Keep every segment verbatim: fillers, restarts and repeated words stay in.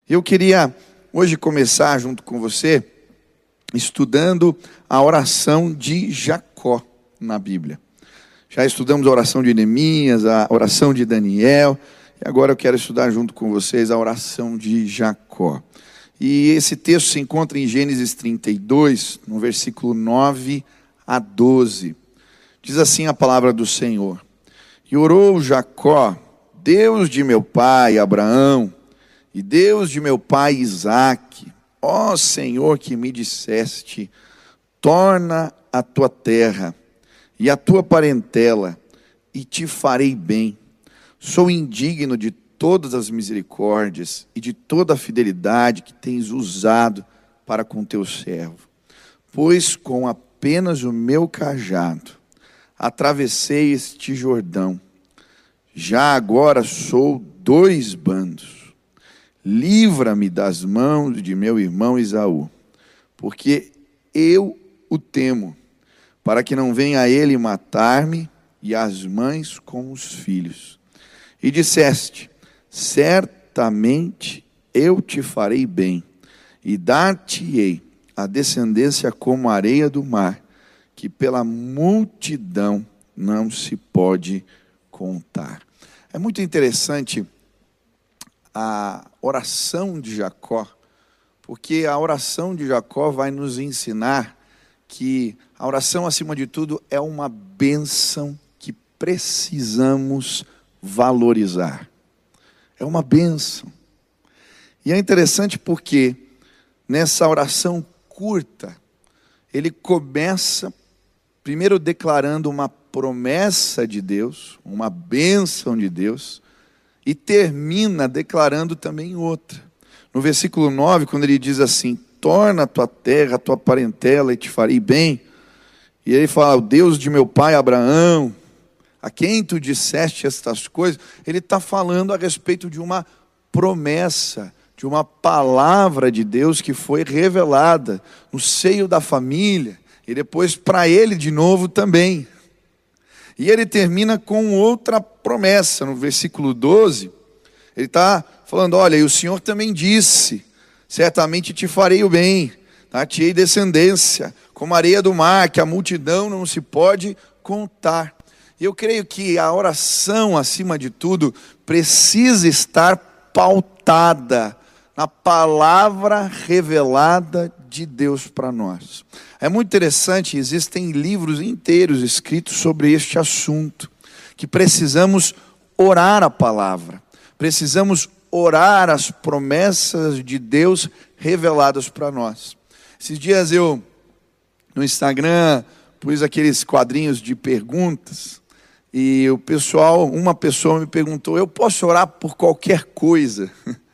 Eu queria hoje começar junto com você, estudando a oração de Jacó na Bíblia. Já estudamos a oração de Neemias, a oração de Daniel, e agora eu quero estudar junto com vocês a oração de Jacó. E esse texto se encontra em Gênesis trinta e dois, no versículo nove a doze. Diz assim a palavra do Senhor: E orou Jacó, Deus de meu pai Abraão, e Deus de meu pai Isaque, ó Senhor que me disseste, torna a tua terra e a tua parentela, e te farei bem. Sou indigno de todas as misericórdias e de toda a fidelidade que tens usado para com teu servo. Pois com apenas o meu cajado atravessei este Jordão. Já agora sou dois bandos. Livra-me das mãos de meu irmão Esaú, porque eu o temo, para que não venha ele matar-me e as mães com os filhos. E disseste: certamente eu te farei bem, e dar-te-ei a descendência como a areia do mar, que pela multidão não se pode contar. É muito interessante a oração de Jacó, porque a oração de Jacó vai nos ensinar que a oração, acima de tudo, é uma bênção que precisamos valorizar. É uma bênção. E é interessante porque nessa oração curta, ele começa primeiro declarando uma promessa de Deus, uma bênção de Deus, e termina declarando também outra. No versículo nove, quando ele diz assim: torna a tua terra, a tua parentela, e te farei bem. E ele fala: o Deus de meu pai Abraão, a quem tu disseste estas coisas. Ele está falando a respeito de uma promessa, de uma palavra de Deus que foi revelada no seio da família, e depois para ele de novo também. E ele termina com outra promessa, no versículo doze, ele está falando: olha, e o Senhor também disse, certamente te farei o bem, dar-te-ei descendência, como a areia do mar, que a multidão não se pode contar. E eu creio que a oração, acima de tudo, precisa estar pautada na palavra revelada de Deus para nós. É muito interessante, existem livros inteiros escritos sobre este assunto, que precisamos orar a palavra, precisamos orar as promessas de Deus reveladas para nós. Esses dias eu, no Instagram, pus aqueles quadrinhos de perguntas, e o pessoal, uma pessoa me perguntou: eu posso orar por qualquer coisa?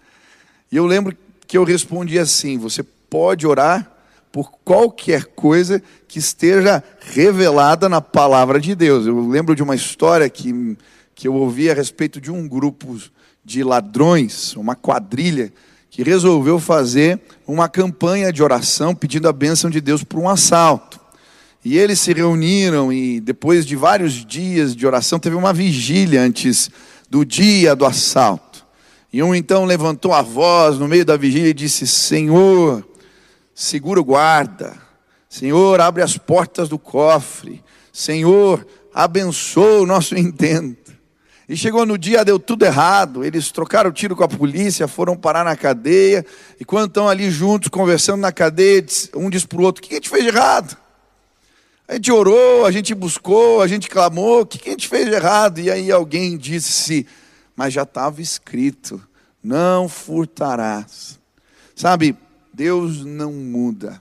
E eu lembro que eu respondi assim: você pode orar por qualquer coisa que esteja revelada na palavra de Deus. Eu lembro de uma história que, que eu ouvi a respeito de um grupo de ladrões, uma quadrilha, que resolveu fazer uma campanha de oração pedindo a bênção de Deus por um assalto. E eles se reuniram e depois de vários dias de oração, teve uma vigília antes do dia do assalto. E um então levantou a voz no meio da vigília e disse: Senhor, segura o guarda. Senhor, abre as portas do cofre. Senhor, abençoa o nosso intento. E chegou no dia, deu tudo errado. Eles trocaram tiro com a polícia, foram parar na cadeia. E quando estão ali juntos, conversando na cadeia, um diz para o outro: o que a gente fez de errado? A gente orou, a gente buscou, a gente clamou, o que a gente fez de errado? E aí alguém disse: mas já estava escrito, não furtarás. Sabe, Deus não muda.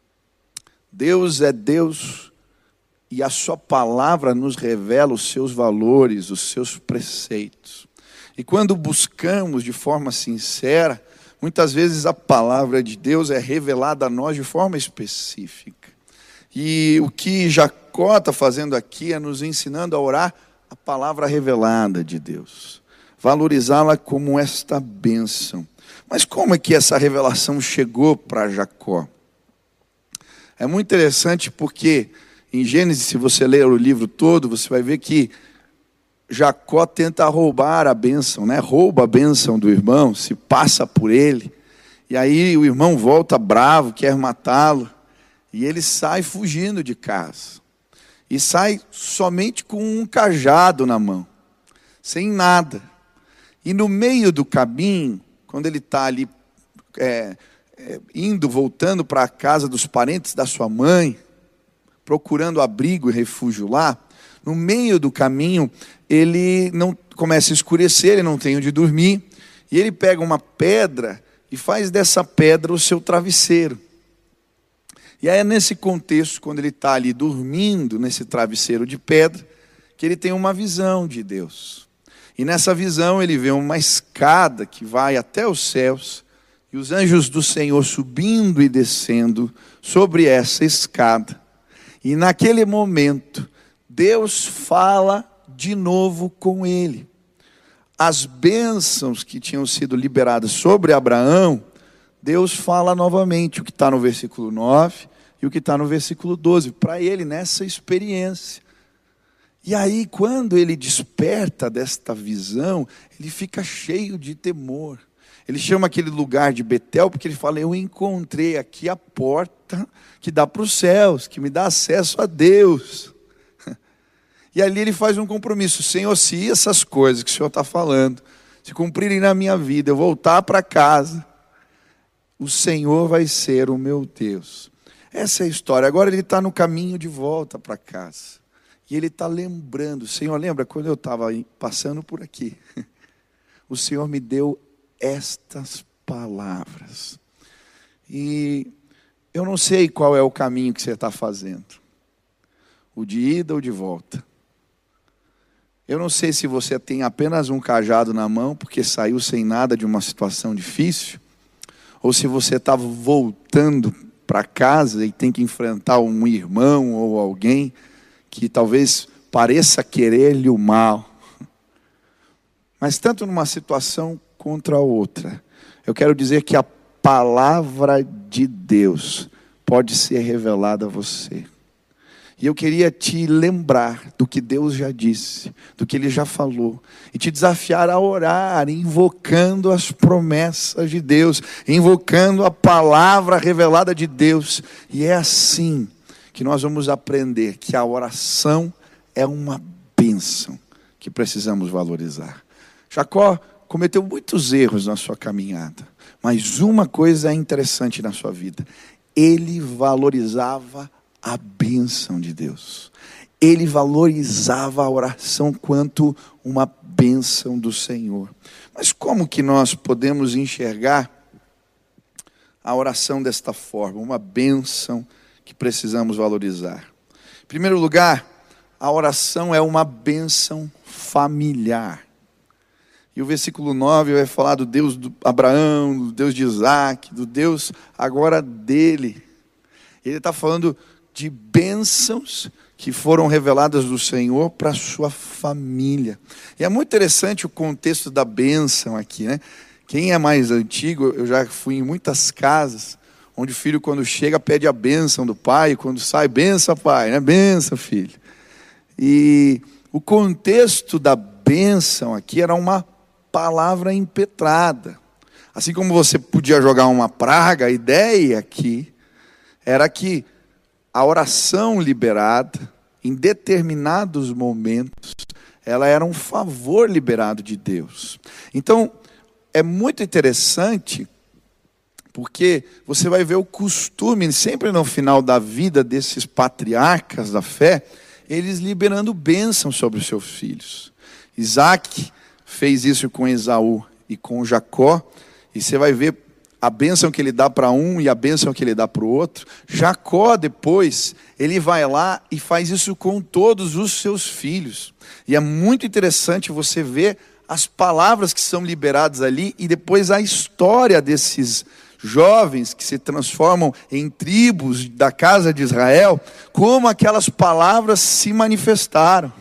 Deus é Deus, e a sua palavra nos revela os seus valores, os seus preceitos. E quando buscamos de forma sincera, muitas vezes a palavra de Deus é revelada a nós de forma específica. E o que Jacó está fazendo aqui é nos ensinando a orar a palavra revelada de Deus, valorizá-la como esta bênção. Mas como é que essa revelação chegou para Jacó? É muito interessante porque em Gênesis, se você ler o livro todo, você vai ver que Jacó tenta roubar a bênção, né? Rouba a bênção do irmão, se passa por ele. E aí o irmão volta bravo, quer matá-lo. E ele sai fugindo de casa. E sai somente com um cajado na mão. Sem nada. E no meio do caminho, quando ele está ali é, é, indo, voltando para a casa dos parentes da sua mãe, procurando abrigo e refúgio lá, no meio do caminho, ele não começa a escurecer, ele não tem onde dormir, e ele pega uma pedra e faz dessa pedra o seu travesseiro. E aí é nesse contexto, quando ele está ali dormindo, nesse travesseiro de pedra, que ele tem uma visão de Deus. E nessa visão ele vê uma escada que vai até os céus, e os anjos do Senhor subindo e descendo sobre essa escada. E naquele momento, Deus fala de novo com ele. As bênçãos que tinham sido liberadas sobre Abraão, Deus fala novamente, o que está no versículo nove e o que está no versículo doze, para ele nessa experiência. E aí, quando ele desperta desta visão, ele fica cheio de temor. Ele chama aquele lugar de Betel, porque ele fala, eu encontrei aqui a porta que dá para os céus, que me dá acesso a Deus. E ali ele faz um compromisso, Senhor, se essas coisas que o Senhor está falando, se cumprirem na minha vida, eu voltar para casa, o Senhor vai ser o meu Deus. Essa é a história. Agora ele está no caminho de volta para casa. E ele está lembrando, Senhor, lembra quando eu estava passando por aqui? O Senhor me deu estas palavras. E eu não sei qual é o caminho que você está fazendo. O de ida ou de volta. Eu não sei se você tem apenas um cajado na mão, porque saiu sem nada de uma situação difícil. Ou se você está voltando para casa e tem que enfrentar um irmão ou alguém que talvez pareça querer-lhe o mal. Mas tanto numa situação contra a outra, eu quero dizer que a palavra de Deus pode ser revelada a você. E eu queria te lembrar do que Deus já disse, do que Ele já falou, e te desafiar a orar, invocando as promessas de Deus, invocando a palavra revelada de Deus. E é assim que nós vamos aprender que a oração é uma bênção que precisamos valorizar. Jacó cometeu muitos erros na sua caminhada, mas uma coisa é interessante na sua vida: ele valorizava a bênção de Deus. Ele valorizava a oração quanto uma bênção do Senhor. Mas como que nós podemos enxergar a oração desta forma, uma bênção que precisamos valorizar? Em primeiro lugar, a oração é uma bênção familiar. E o versículo nove vai falar do Deus de Abraão, do Deus de Isaac, do Deus agora dele. Ele está falando de bênçãos que foram reveladas do Senhor para a sua família. E é muito interessante o contexto da bênção aqui, né? Quem é mais antigo, eu já fui em muitas casas, onde o filho quando chega pede a bênção do pai, e quando sai, bênção pai, né? Bênção filho. E o contexto da bênção aqui era uma palavra impetrada. Assim como você podia jogar uma praga, a ideia aqui era que a oração liberada, em determinados momentos, ela era um favor liberado de Deus. Então, é muito interessante, porque você vai ver o costume, sempre no final da vida desses patriarcas da fé, eles liberando bênção sobre os seus filhos. Isaac fez isso com Esaú e com Jacó, e você vai ver a bênção que ele dá para um e a bênção que ele dá para o outro. Jacó depois, ele vai lá e faz isso com todos os seus filhos. E é muito interessante você ver as palavras que são liberadas ali e depois a história desses jovens que se transformam em tribos da casa de Israel, como aquelas palavras se manifestaram.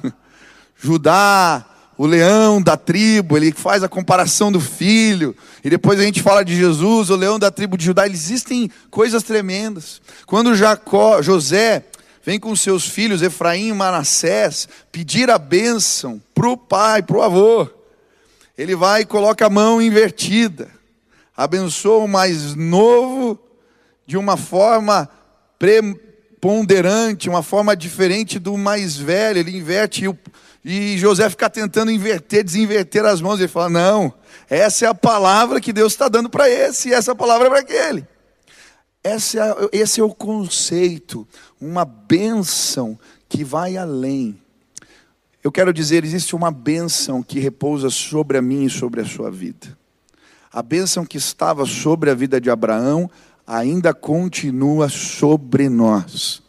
Judá, o leão da tribo, ele faz a comparação do filho, e depois a gente fala de Jesus, o leão da tribo de Judá. Existem coisas tremendas. Quando Jacó, José vem com seus filhos, Efraim e Manassés, pedir a bênção para o pai, para o avô, ele vai e coloca a mão invertida. abençoa o mais novo de uma forma preponderante, uma forma diferente do mais velho. Ele inverte, e, o, e José fica tentando inverter, desinverter as mãos. Ele fala, não, essa é a palavra que Deus está dando para esse, e essa palavra é para aquele. Esse é, esse é o conceito, uma bênção que vai além. Eu quero dizer, existe uma bênção que repousa sobre a minha e sobre a sua vida. A bênção que estava sobre a vida de Abraão ainda continua sobre nós.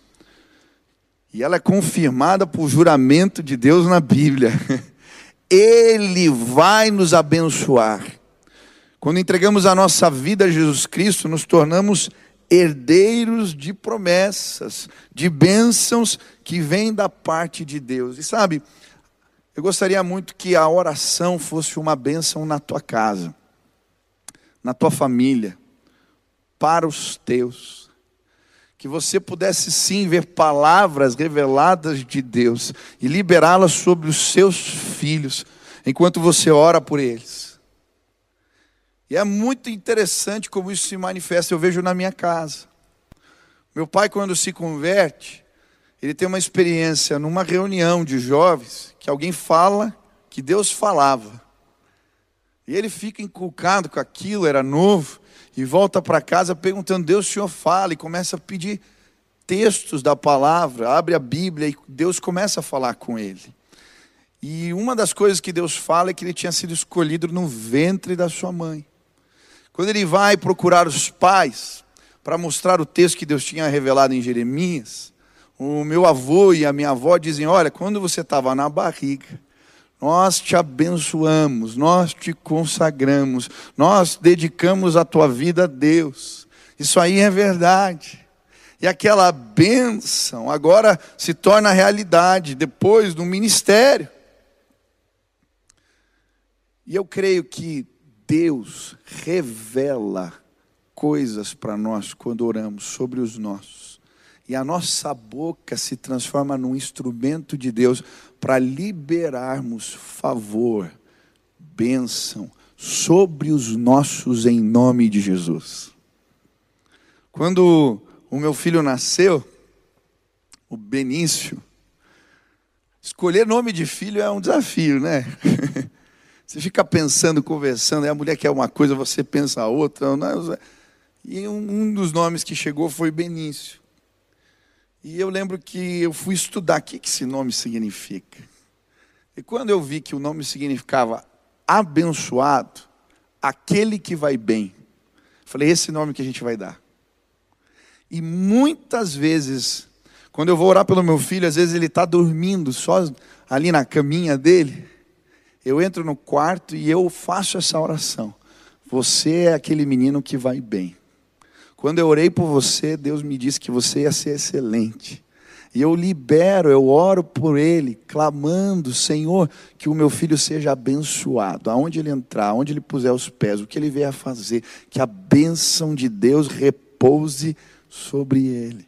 E ela é confirmada por juramento de Deus na Bíblia. Ele vai nos abençoar. Quando entregamos a nossa vida a Jesus Cristo, nos tornamos herdeiros de promessas, de bênçãos que vêm da parte de Deus. E sabe, eu gostaria muito que a oração fosse uma bênção na tua casa, na tua família, para os teus. Que você pudesse sim ver palavras reveladas de Deus e liberá-las sobre os seus filhos, enquanto você ora por eles. E é muito interessante como isso se manifesta, eu vejo na minha casa. Meu pai, quando se converte, ele tem uma experiência numa reunião de jovens, que alguém fala que Deus falava. E ele fica inculcado com aquilo, era novo, e volta para casa perguntando, Deus, o Senhor fala, e começa a pedir textos da palavra, abre a Bíblia, e Deus começa a falar com ele. E uma das coisas que Deus fala é que ele tinha sido escolhido no ventre da sua mãe. Quando ele vai procurar os pais, para mostrar o texto que Deus tinha revelado em Jeremias, o meu avô e a minha avó dizem, olha, quando você estava na barriga, nós te abençoamos, nós te consagramos, nós dedicamos a tua vida a Deus. Isso aí é verdade. E aquela bênção agora se torna realidade, depois do ministério. E eu creio que Deus revela coisas para nós quando oramos sobre os nossos. E a nossa boca se transforma num instrumento de Deus para liberarmos favor, bênção sobre os nossos em nome de Jesus. Quando o meu filho nasceu, o Benício, escolher nome de filho é um desafio, né? Você fica pensando, conversando, e a mulher quer uma coisa, você pensa a outra. Não, e um dos nomes que chegou foi Benício. E eu lembro que eu fui estudar o que esse nome significa. E quando eu vi que o nome significava abençoado, aquele que vai bem, falei, esse nome que a gente vai dar. E muitas vezes, quando eu vou orar pelo meu filho, às vezes ele está dormindo, só ali na caminha dele, eu entro no quarto e eu faço essa oração. Você é aquele menino que vai bem. Quando eu orei por você, Deus me disse que você ia ser excelente. E eu libero, eu oro por ele, clamando, Senhor, que o meu filho seja abençoado. Aonde ele entrar, aonde ele puser os pés, o que ele vier a fazer, que a bênção de Deus repouse sobre ele.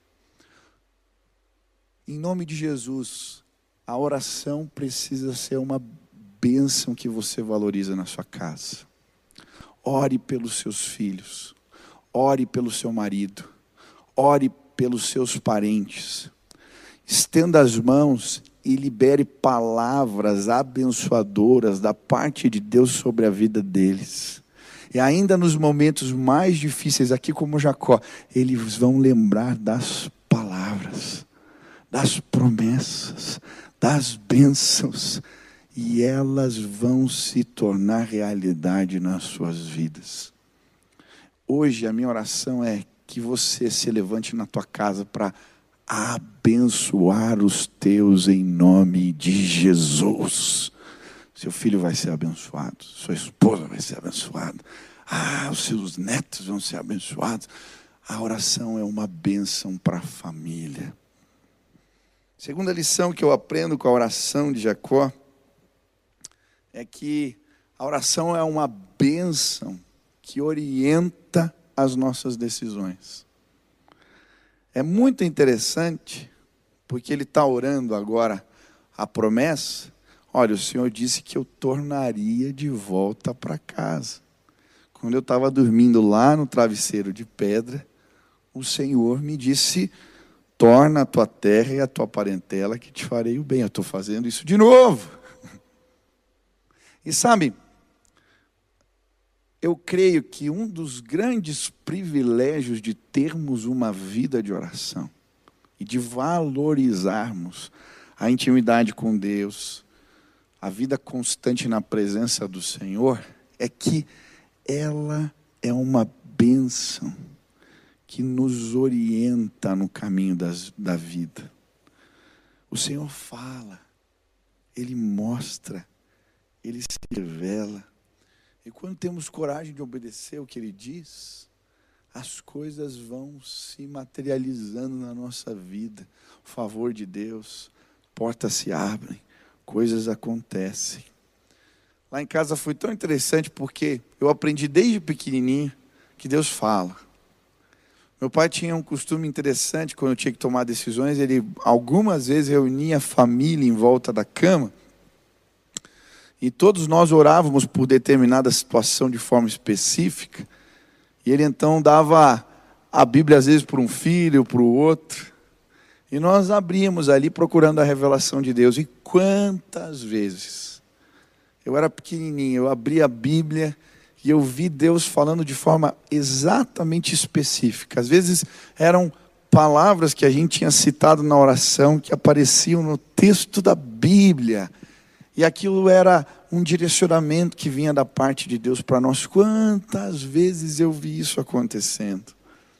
Em nome de Jesus, a oração precisa ser uma bênção que você valoriza na sua casa. Ore pelos seus filhos. Ore pelo seu marido. Ore pelos seus parentes. Estenda as mãos e libere palavras abençoadoras da parte de Deus sobre a vida deles. E ainda nos momentos mais difíceis, aqui como Jacó, eles vão lembrar das palavras, das promessas, das bênçãos, e elas vão se tornar realidade nas suas vidas. Hoje a minha oração é que você se levante na tua casa para abençoar os teus em nome de Jesus. Seu filho vai ser abençoado, sua esposa vai ser abençoada, ah, os seus netos vão ser abençoados. A oração é uma bênção para a família. Segunda lição que eu aprendo com a oração de Jacó é que a oração é uma bênção que orienta as nossas decisões. É muito interessante, porque ele está orando agora a promessa. Olha, o Senhor disse que eu tornaria de volta para casa. quando eu estava dormindo lá no travesseiro de pedra, o Senhor me disse: torna a tua terra e a tua parentela que te farei o bem. Eu estou fazendo isso de novo. E sabe, eu creio que um dos grandes privilégios de termos uma vida de oração e de valorizarmos a intimidade com Deus, a vida constante na presença do Senhor, é que ela é uma bênção que nos orienta no caminho das, da vida. O Senhor fala, Ele mostra, Ele se revela. E quando temos coragem de obedecer o que Ele diz, as coisas vão se materializando na nossa vida. O favor de Deus, portas se abrem, coisas acontecem. Lá em casa foi tão interessante porque eu aprendi desde pequenininho que Deus fala. Meu pai tinha um costume interessante, quando eu tinha que tomar decisões, ele algumas vezes reunia a família em volta da cama, e todos nós orávamos por determinada situação de forma específica, e ele então dava a Bíblia às vezes para um filho, para o outro, e nós abríamos ali procurando a revelação de Deus. E quantas vezes eu era pequenininho, eu abri a Bíblia e eu vi Deus falando de forma exatamente específica. Às vezes eram palavras que a gente tinha citado na oração, que apareciam no texto da Bíblia. E aquilo era um direcionamento que vinha da parte de Deus para nós. Quantas vezes eu vi isso acontecendo.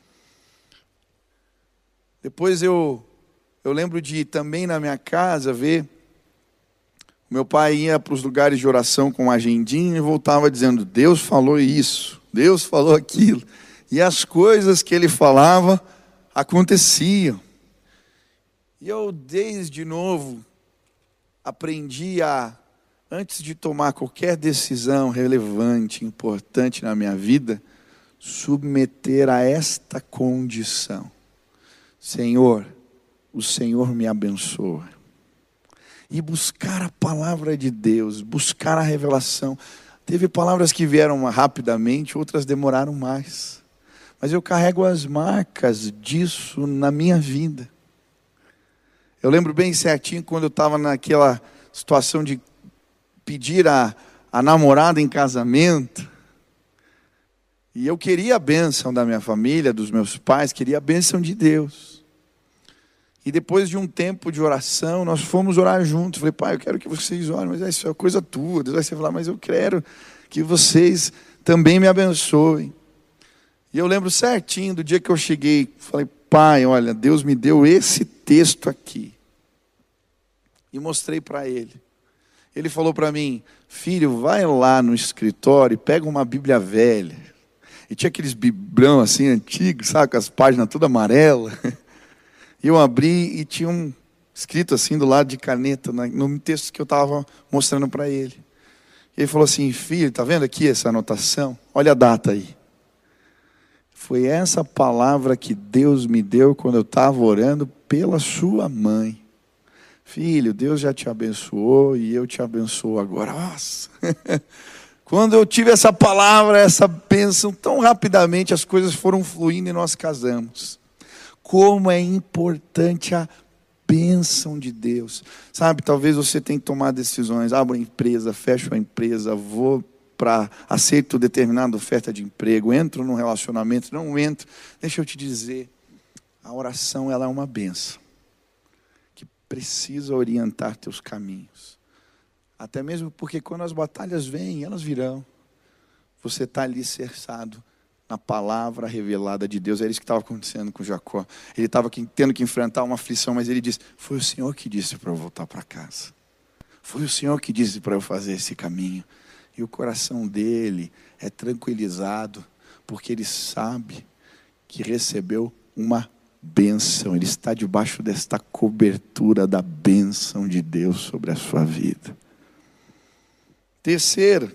Depois eu, eu lembro de também na minha casa ver... Meu pai ia para os lugares de oração com uma agendinha e voltava dizendo: Deus falou isso, Deus falou aquilo. E as coisas que ele falava aconteciam. E eu, desde novo, aprendi a, antes de tomar qualquer decisão relevante, importante na minha vida, submeter a esta condição: Senhor, o Senhor me abençoa. E buscar a palavra de Deus, buscar a revelação. Teve palavras que vieram rapidamente, outras demoraram mais. Mas eu carrego as marcas disso na minha vida. Eu lembro bem certinho quando eu estava naquela situação de pedir a, a namorada em casamento. E eu queria a bênção da minha família, dos meus pais, queria a bênção de Deus. E depois de um tempo de oração, nós fomos orar juntos. Falei: pai, eu quero que vocês orem, mas isso é coisa tua. Deus vai falar: mas eu quero que vocês também me abençoem. E eu lembro certinho do dia que eu cheguei, falei: pai, olha, Deus me deu esse texto aqui. E mostrei para ele. Ele falou para mim: filho, vai lá no escritório e pega uma Bíblia velha. E tinha aqueles biblão assim, antigos, sabe, com as páginas todas amarelas. E eu abri e tinha um escrito assim do lado de caneta, no texto que eu estava mostrando para ele. E ele falou assim: filho, está vendo aqui essa anotação? Olha a data aí. Foi essa palavra que Deus me deu quando eu estava orando pela sua mãe. Filho, Deus já te abençoou e eu te abençoo agora. Nossa! Quando eu tive essa palavra, essa bênção, tão rapidamente as coisas foram fluindo e nós casamos. Como é importante a bênção de Deus. Sabe, talvez você tenha que tomar decisões. Abro a empresa, fecho a empresa, vou para, aceito determinada oferta de emprego, entro num relacionamento, não entro. Deixa eu te dizer, a oração ela é uma bênção que precisa orientar teus caminhos. Até mesmo porque quando as batalhas vêm, elas virão. Você está ali cercado na palavra revelada de Deus. Era isso que estava acontecendo com Jacó. Ele estava tendo que enfrentar uma aflição, mas ele disse: foi o Senhor que disse para eu voltar para casa. Foi o Senhor que disse para eu fazer esse caminho. E o coração dele é tranquilizado, porque ele sabe que recebeu uma bênção. Ele está debaixo desta cobertura da bênção de Deus sobre a sua vida. Terceiro,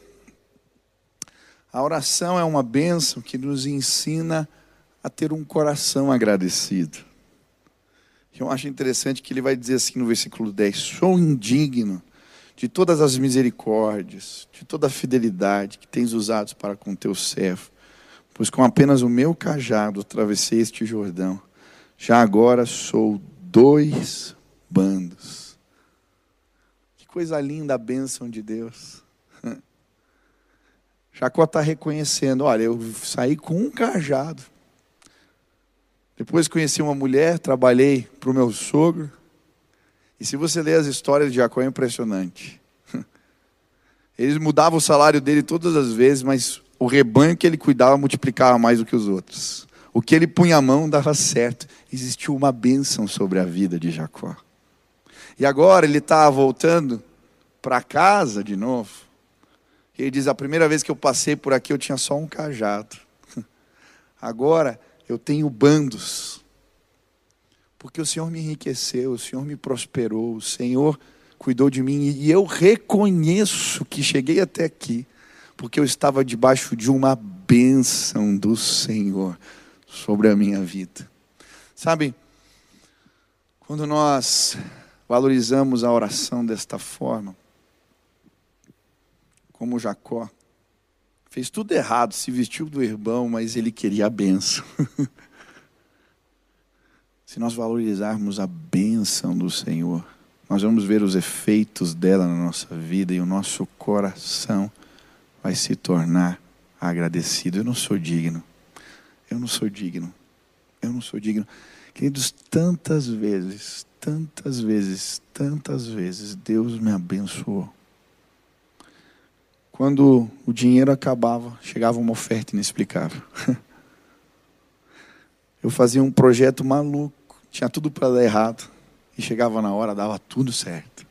a oração é uma bênção que nos ensina a ter um coração agradecido. Eu acho interessante que ele vai dizer assim no versículo dez: sou indigno de todas as misericórdias, de toda a fidelidade que tens usado para com teu servo. Pois com apenas o meu cajado atravessei este Jordão. Já agora sou dois bandos. Que coisa linda a bênção de Deus. Jacó está reconhecendo, olha, eu saí com um cajado. Depois conheci uma mulher, trabalhei para o meu sogro. E se você ler as histórias de Jacó, é impressionante. Eles mudavam o salário dele todas as vezes, mas o rebanho que ele cuidava multiplicava mais do que os outros. O que ele punha a mão dava certo. Existiu uma bênção sobre a vida de Jacó. E agora ele está voltando para casa de novo. E ele diz, a primeira vez que eu passei por aqui eu tinha só um cajado. Agora eu tenho bandos. Porque o Senhor me enriqueceu, o Senhor me prosperou, o Senhor cuidou de mim. E eu reconheço que cheguei até aqui, porque eu estava debaixo de uma bênção do Senhor sobre a minha vida. Sabe, quando nós valorizamos a oração desta forma, como Jacó, fez tudo errado, se vestiu do irmão, mas ele queria a bênção. Se nós valorizarmos a bênção do Senhor, nós vamos ver os efeitos dela na nossa vida e o nosso coração vai se tornar agradecido. Eu não sou digno, eu não sou digno, eu não sou digno. Queridos, tantas vezes, tantas vezes, tantas vezes Deus me abençoou. Quando o dinheiro acabava, chegava uma oferta inexplicável. Eu fazia um projeto maluco, tinha tudo para dar errado. E chegava na hora, dava tudo certo.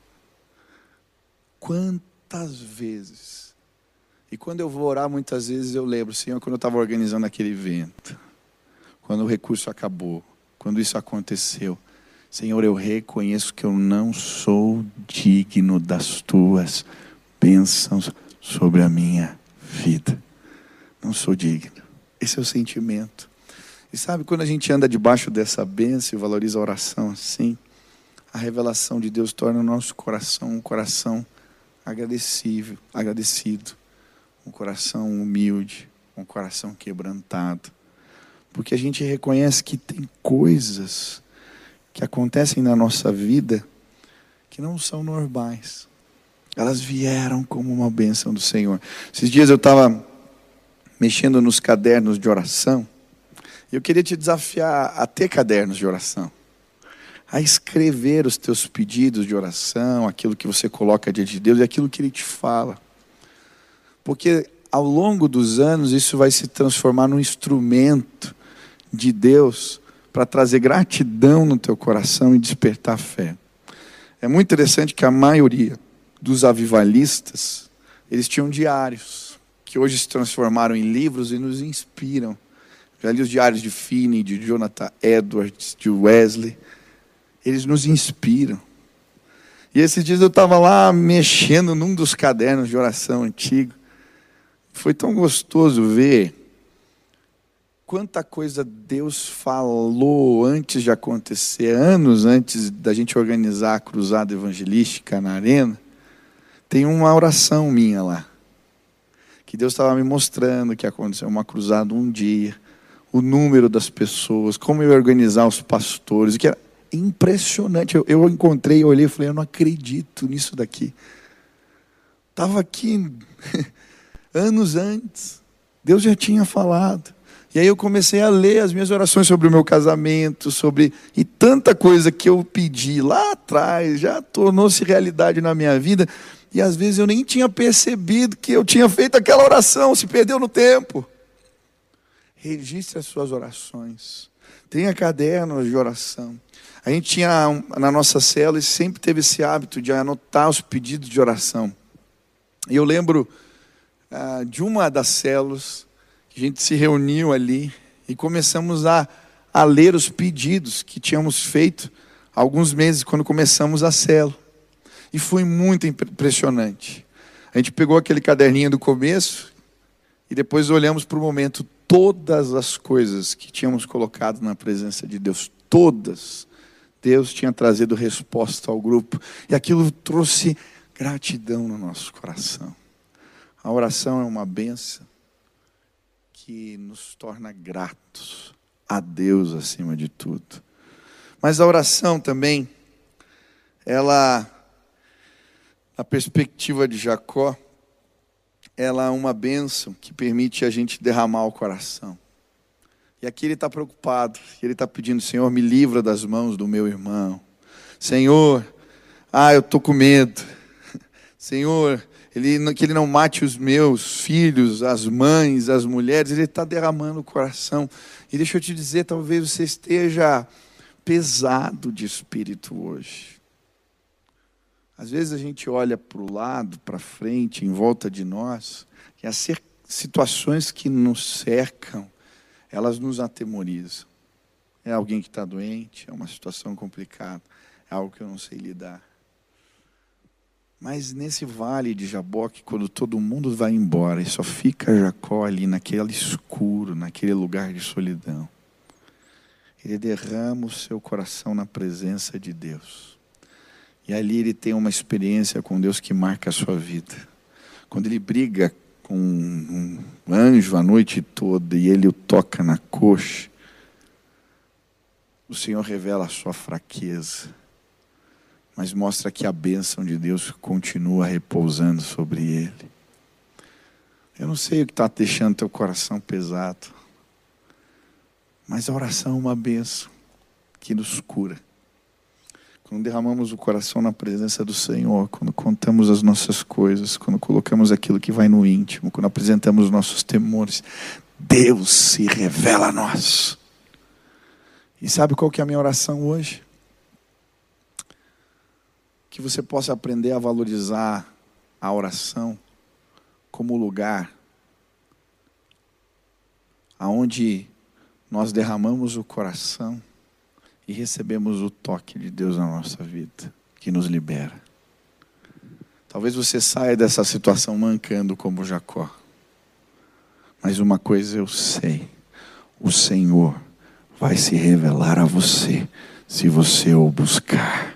Quantas vezes? E quando eu vou orar, muitas vezes eu lembro, Senhor, quando eu estava organizando aquele evento, quando o recurso acabou, quando isso aconteceu, Senhor, eu reconheço que eu não sou digno das tuas bênçãos sobre a minha vida. Não sou digno. Esse é o sentimento. E sabe, quando a gente anda debaixo dessa bênção e valoriza a oração assim, a revelação de Deus torna o nosso coração um coração agradecível, agradecido, um coração humilde, um coração quebrantado. Porque a gente reconhece que tem coisas que acontecem na nossa vida que não são normais. Elas vieram como uma bênção do Senhor. Esses dias eu estava mexendo nos cadernos de oração e eu queria te desafiar a ter cadernos de oração, a escrever os teus pedidos de oração, aquilo que você coloca diante de Deus e aquilo que Ele te fala. Porque ao longo dos anos isso vai se transformar num instrumento de Deus para trazer gratidão no teu coração e despertar fé. É muito interessante que a maioria dos avivalistas, eles tinham diários, que hoje se transformaram em livros e nos inspiram. Já li os diários de Finney, de Jonathan Edwards, de Wesley. Eles nos inspiram. E esses dias eu estava lá mexendo num dos cadernos de oração antigo. Foi tão gostoso ver quanta coisa Deus falou antes de acontecer, anos antes da gente organizar a cruzada evangelística na arena. Tem uma oração minha lá, que Deus estava me mostrando que aconteceu uma cruzada um dia, o número das pessoas, como eu ia organizar os pastores, que era impressionante. Eu, eu encontrei, eu olhei e falei, eu não acredito nisso daqui. Estava aqui anos antes, Deus já tinha falado. E aí eu comecei a ler as minhas orações sobre o meu casamento, sobre e tanta coisa que eu pedi lá atrás, já tornou-se realidade na minha vida. E às vezes eu nem tinha percebido que eu tinha feito aquela oração, se perdeu no tempo. Registre as suas orações. Tenha cadernos de oração. A gente tinha, na nossa célula, e sempre teve esse hábito de anotar os pedidos de oração. E eu lembro ah, de uma das células, que a gente se reuniu ali e começamos a, a ler os pedidos que tínhamos feito há alguns meses, quando começamos a célula. E foi muito impressionante. A gente pegou aquele caderninho do começo e depois olhamos para o momento, todas as coisas que tínhamos colocado na presença de Deus, todas, Deus tinha trazido resposta ao grupo. E aquilo trouxe gratidão no nosso coração. A oração é uma bênção que nos torna gratos a Deus acima de tudo. Mas a oração também, ela, na perspectiva de Jacó, ela é uma bênção que permite a gente derramar o coração. E aqui ele está preocupado, ele está pedindo: Senhor, me livra das mãos do meu irmão. Senhor, ah, eu estou com medo. Senhor, ele, que ele não mate os meus filhos, as mães, as mulheres. Ele está derramando o coração. E deixa eu te dizer, talvez você esteja pesado de espírito hoje. Às vezes a gente olha para o lado, para frente, em volta de nós, e as situações que nos cercam, elas nos atemorizam. É alguém que está doente, é uma situação complicada, é algo que eu não sei lidar. Mas nesse vale de Jaboque, quando todo mundo vai embora e só fica Jacó ali naquele escuro, naquele lugar de solidão, ele derrama o seu coração na presença de Deus. E ali ele tem uma experiência com Deus que marca a sua vida. Quando ele briga com um anjo a noite toda e ele o toca na coxa, o Senhor revela a sua fraqueza, mas mostra que a bênção de Deus continua repousando sobre ele. Eu não sei o que está deixando teu coração pesado, mas a oração é uma bênção que nos cura. Quando derramamos o coração na presença do Senhor, quando contamos as nossas coisas, quando colocamos aquilo que vai no íntimo, quando apresentamos os nossos temores, Deus se revela a nós. E sabe qual que é a minha oração hoje? Que você possa aprender a valorizar a oração como lugar aonde nós derramamos o coração e recebemos o toque de Deus na nossa vida, que nos libera. Talvez você saia dessa situação mancando como Jacó. Mas uma coisa eu sei: o Senhor vai se revelar a você, se você o buscar.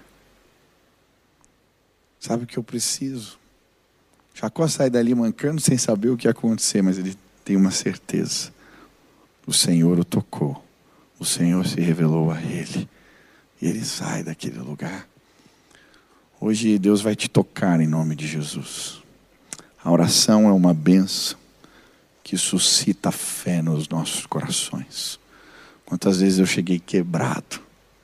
Sabe o que eu preciso? Jacó sai dali mancando sem saber o que ia acontecer, mas ele tem uma certeza: o Senhor o tocou. O Senhor se revelou a ele. E ele sai daquele lugar. Hoje Deus vai te tocar em nome de Jesus. A oração é uma bênção que suscita fé nos nossos corações. Quantas vezes eu cheguei quebrado.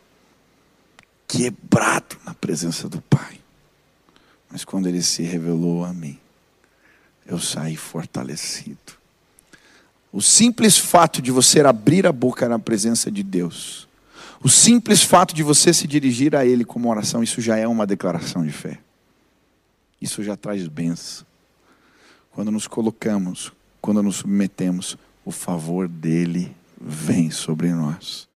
Quebrado na presença do Pai. Mas quando Ele se revelou a mim, eu saí fortalecido. O simples fato de você abrir a boca na presença de Deus, o simples fato de você se dirigir a Ele como oração, isso já é uma declaração de fé. Isso já traz bênção. Quando nos colocamos, quando nos submetemos, o favor dEle vem sobre nós.